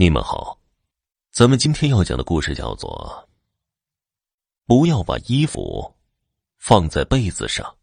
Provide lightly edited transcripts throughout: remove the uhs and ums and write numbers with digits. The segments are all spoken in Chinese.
你们好，咱们今天要讲的故事叫做不要把衣服放在被子上。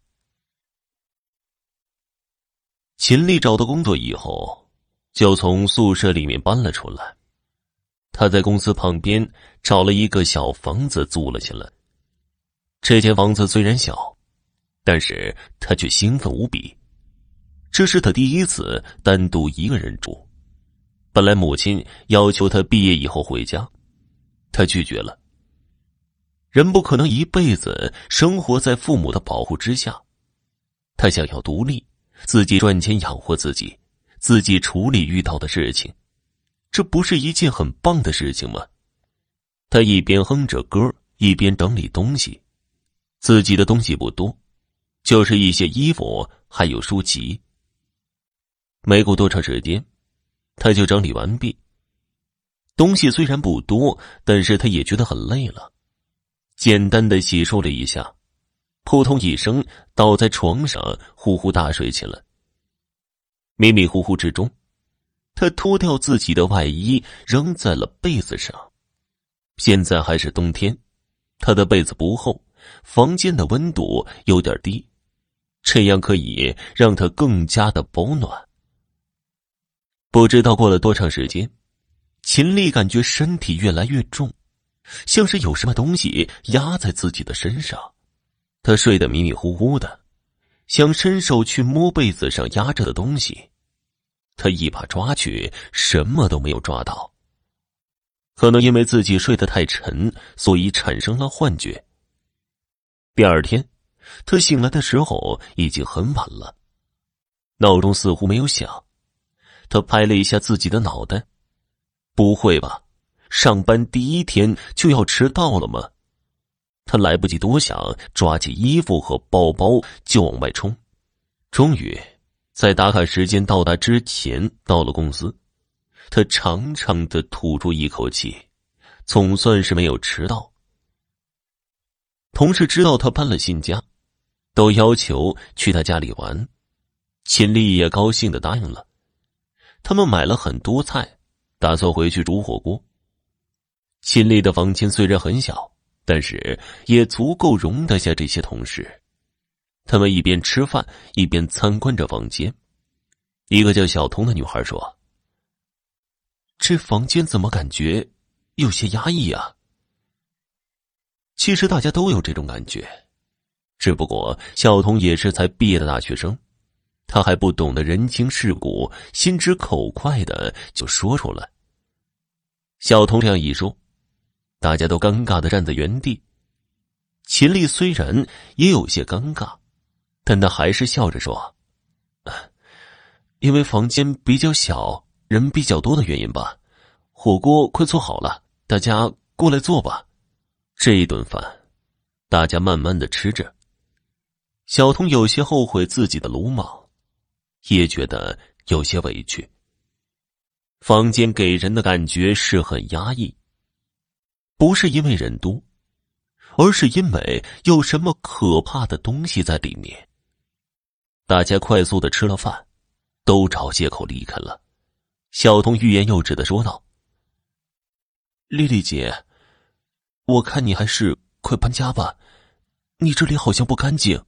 秦丽找到工作以后，就从宿舍里面搬了出来。她在公司旁边找了一个小房子租了起来。这间房子虽然小，但是她却兴奋无比。这是她第一次单独一个人住。本来母亲要求她毕业以后回家，她拒绝了。人不可能一辈子生活在父母的保护之下，她想要独立，自己赚钱养活自己，自己处理遇到的事情，这不是一件很棒的事情吗？她一边哼着歌，一边整理东西。自己的东西不多，就是一些衣服还有书籍。没过多长时间，他就整理完毕。东西虽然不多，但是他也觉得很累了。简单的洗漱了一下，扑通一声倒在床上呼呼大睡起来。迷迷糊糊之中，他脱掉自己的外衣扔在了被子上。现在还是冬天，他的被子不厚，房间的温度有点低，这样可以让他更加的保暖。不知道过了多长时间，秦丽感觉身体越来越重，像是有什么东西压在自己的身上。她睡得迷迷糊糊的，想伸手去摸被子上压着的东西。她一把抓去，什么都没有抓到。可能因为自己睡得太沉，所以产生了幻觉。第二天，她醒来的时候已经很晚了，闹钟似乎没有响。他拍了一下自己的脑袋，不会吧，上班第一天就要迟到了吗？他来不及多想，抓起衣服和包包就往外冲。终于在打卡时间到达之前到了公司。他长长的吐出一口气，总算是没有迟到。同事知道他搬了新家，都要求去他家里玩。秦丽也高兴的答应了。他们买了很多菜，打算回去煮火锅。秦丽的房间虽然很小，但是也足够容得下这些同事。他们一边吃饭，一边参观着房间。一个叫小彤的女孩说：“这房间怎么感觉有些压抑啊？”其实大家都有这种感觉，只不过小彤也是才毕业的大学生，他还不懂得人情世故，心直口快的就说出来。小彤这样一说，大家都尴尬的站在原地。秦丽虽然也有些尴尬，但她还是笑着说：“因为房间比较小，人比较多的原因吧。火锅快做好了，大家过来坐吧。”这一顿饭，大家慢慢的吃着。小彤有些后悔自己的鲁莽，也觉得有些委屈。房间给人的感觉是很压抑，不是因为人多，而是因为有什么可怕的东西在里面。大家快速的吃了饭，都找借口离开了。小彤欲言又止的说道：“丽丽姐，我看你还是快搬家吧，你这里好像不干净。”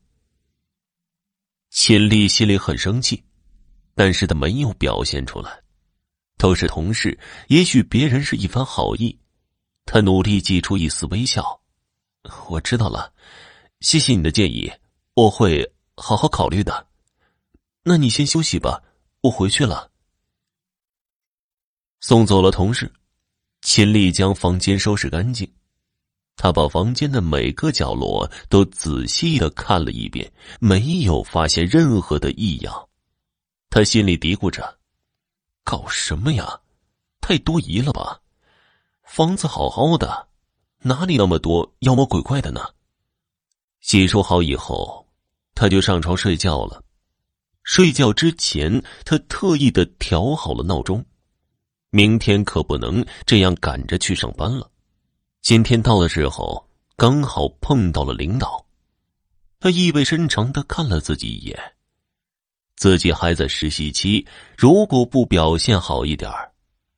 秦丽心里很生气，但是他没有表现出来。都是同事，也许别人是一番好意。他努力挤出一丝微笑：“我知道了，谢谢你的建议，我会好好考虑的。那你先休息吧，我回去了。”送走了同事，秦丽将房间收拾干净。他把房间的每个角落都仔细的看了一遍，没有发现任何的异样。他心里嘀咕着：“搞什么呀？太多疑了吧？房子好好的，哪里那么多妖魔鬼怪的呢？”洗漱好以后，他就上床睡觉了。睡觉之前，他特意的调好了闹钟，明天可不能这样赶着去上班了。今天到的时候，刚好碰到了领导。他意味深长地看了自己一眼，自己还在实习期，如果不表现好一点，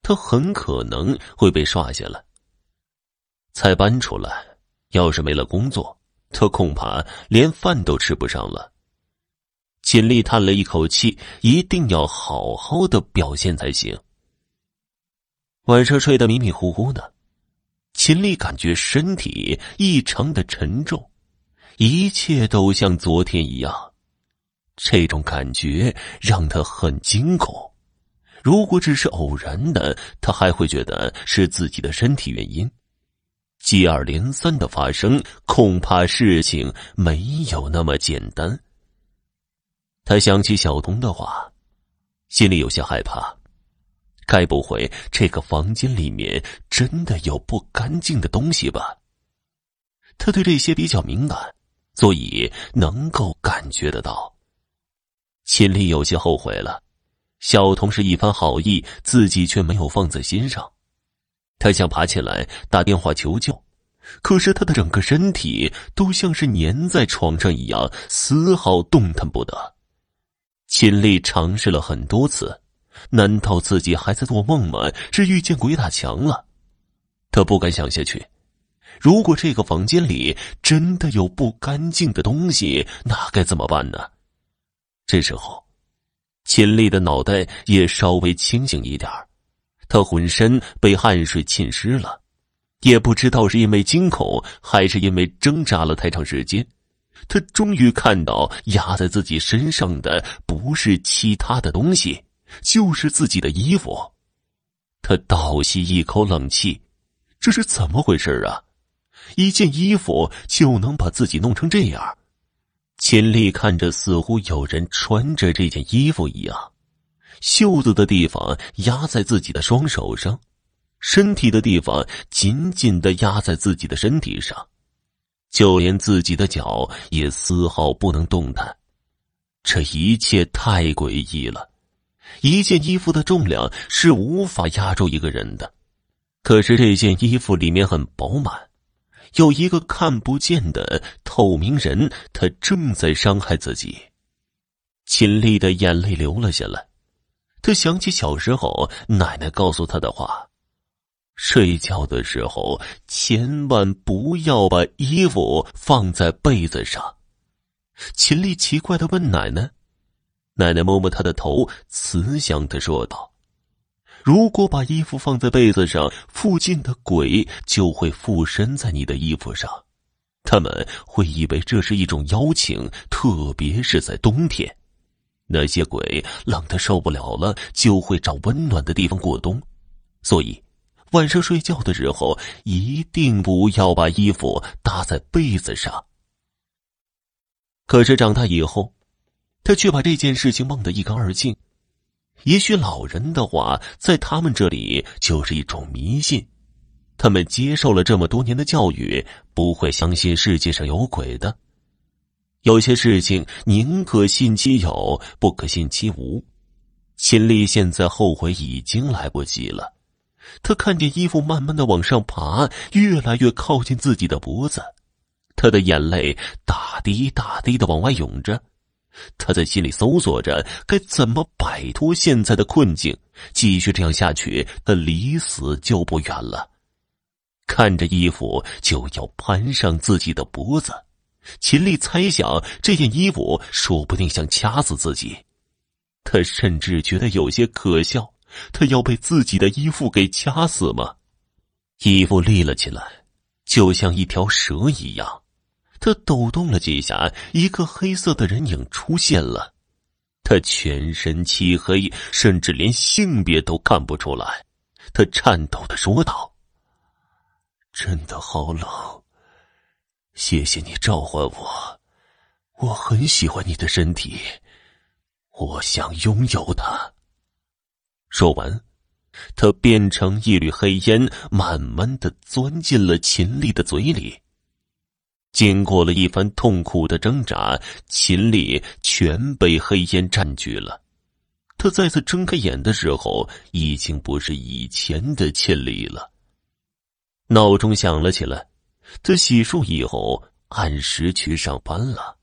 他很可能会被刷下来。才搬出来，要是没了工作，他恐怕连饭都吃不上了。秦丽叹了一口气，一定要好好的表现才行。晚上睡得迷迷糊糊的，秦丽感觉身体异常的沉重，一切都像昨天一样。这种感觉让他很惊恐。如果只是偶然的，他还会觉得是自己的身体原因。接二连三的发生，恐怕事情没有那么简单。他想起小童的话，心里有些害怕。该不会这个房间里面真的有不干净的东西吧？他对这些比较敏感，所以能够感觉得到。秦丽有些后悔了，小童是一番好意，自己却没有放在心上。他想爬起来打电话求救，可是他的整个身体都像是粘在床上一样，丝毫动弹不得。秦丽尝试了很多次，难道自己还在做梦吗？是遇见鬼打墙了？他不敢想下去。如果这个房间里真的有不干净的东西，那该怎么办呢？这时候，秦丽的脑袋也稍微清醒一点，她浑身被汗水浸湿了，也不知道是因为惊恐还是因为挣扎了太长时间，她终于看到压在自己身上的不是其他的东西，就是自己的衣服。她倒吸一口冷气，这是怎么回事啊？一件衣服就能把自己弄成这样？秦丽看着似乎有人穿着这件衣服一样，袖子的地方压在自己的双手上，身体的地方紧紧地压在自己的身体上，就连自己的脚也丝毫不能动弹。这一切太诡异了。一件衣服的重量是无法压住一个人的，可是这件衣服里面很饱满，有一个看不见的透明人，他正在伤害自己。秦丽的眼泪流了下来，他想起小时候奶奶告诉他的话，睡觉的时候千万不要把衣服放在被子上。秦丽奇怪地问奶奶，奶奶摸摸他的头，慈祥地说道，如果把衣服放在被子上，附近的鬼就会附身在你的衣服上，他们会以为这是一种邀请，特别是在冬天，那些鬼冷得受不了了，就会找温暖的地方过冬，所以晚上睡觉的时候一定不要把衣服搭在被子上。可是长大以后，他却把这件事情忘得一干二净。也许老人的话在他们这里就是一种迷信，他们接受了这么多年的教育，不会相信世界上有鬼的。有些事情宁可信其有，不可信其无。秦丽现在后悔已经来不及了。她看见衣服慢慢的往上爬，越来越靠近自己的脖子，她的眼泪大滴大滴的往外涌着。他在心里搜索着该怎么摆脱现在的困境，继续这样下去，他离死就不远了。看着衣服就要攀上自己的脖子，秦丽猜想这件衣服说不定想掐死自己。他甚至觉得有些可笑，他要被自己的衣服给掐死吗？衣服立了起来，就像一条蛇一样。他抖动了几下，一个黑色的人影出现了。他全身漆黑，甚至连性别都看不出来。他颤抖地说道，真的好冷，谢谢你召唤我，我很喜欢你的身体，我想拥有它。说完，他变成一缕黑烟，慢慢地钻进了秦丽的嘴里。经过了一番痛苦的挣扎，秦丽全被黑烟占据了。他再次睁开眼的时候，已经不是以前的秦丽了。闹钟响了起来，他洗漱以后按时去上班了。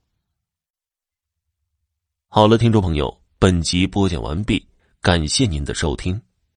好了，听众朋友，本集播讲完毕，感谢您的收听。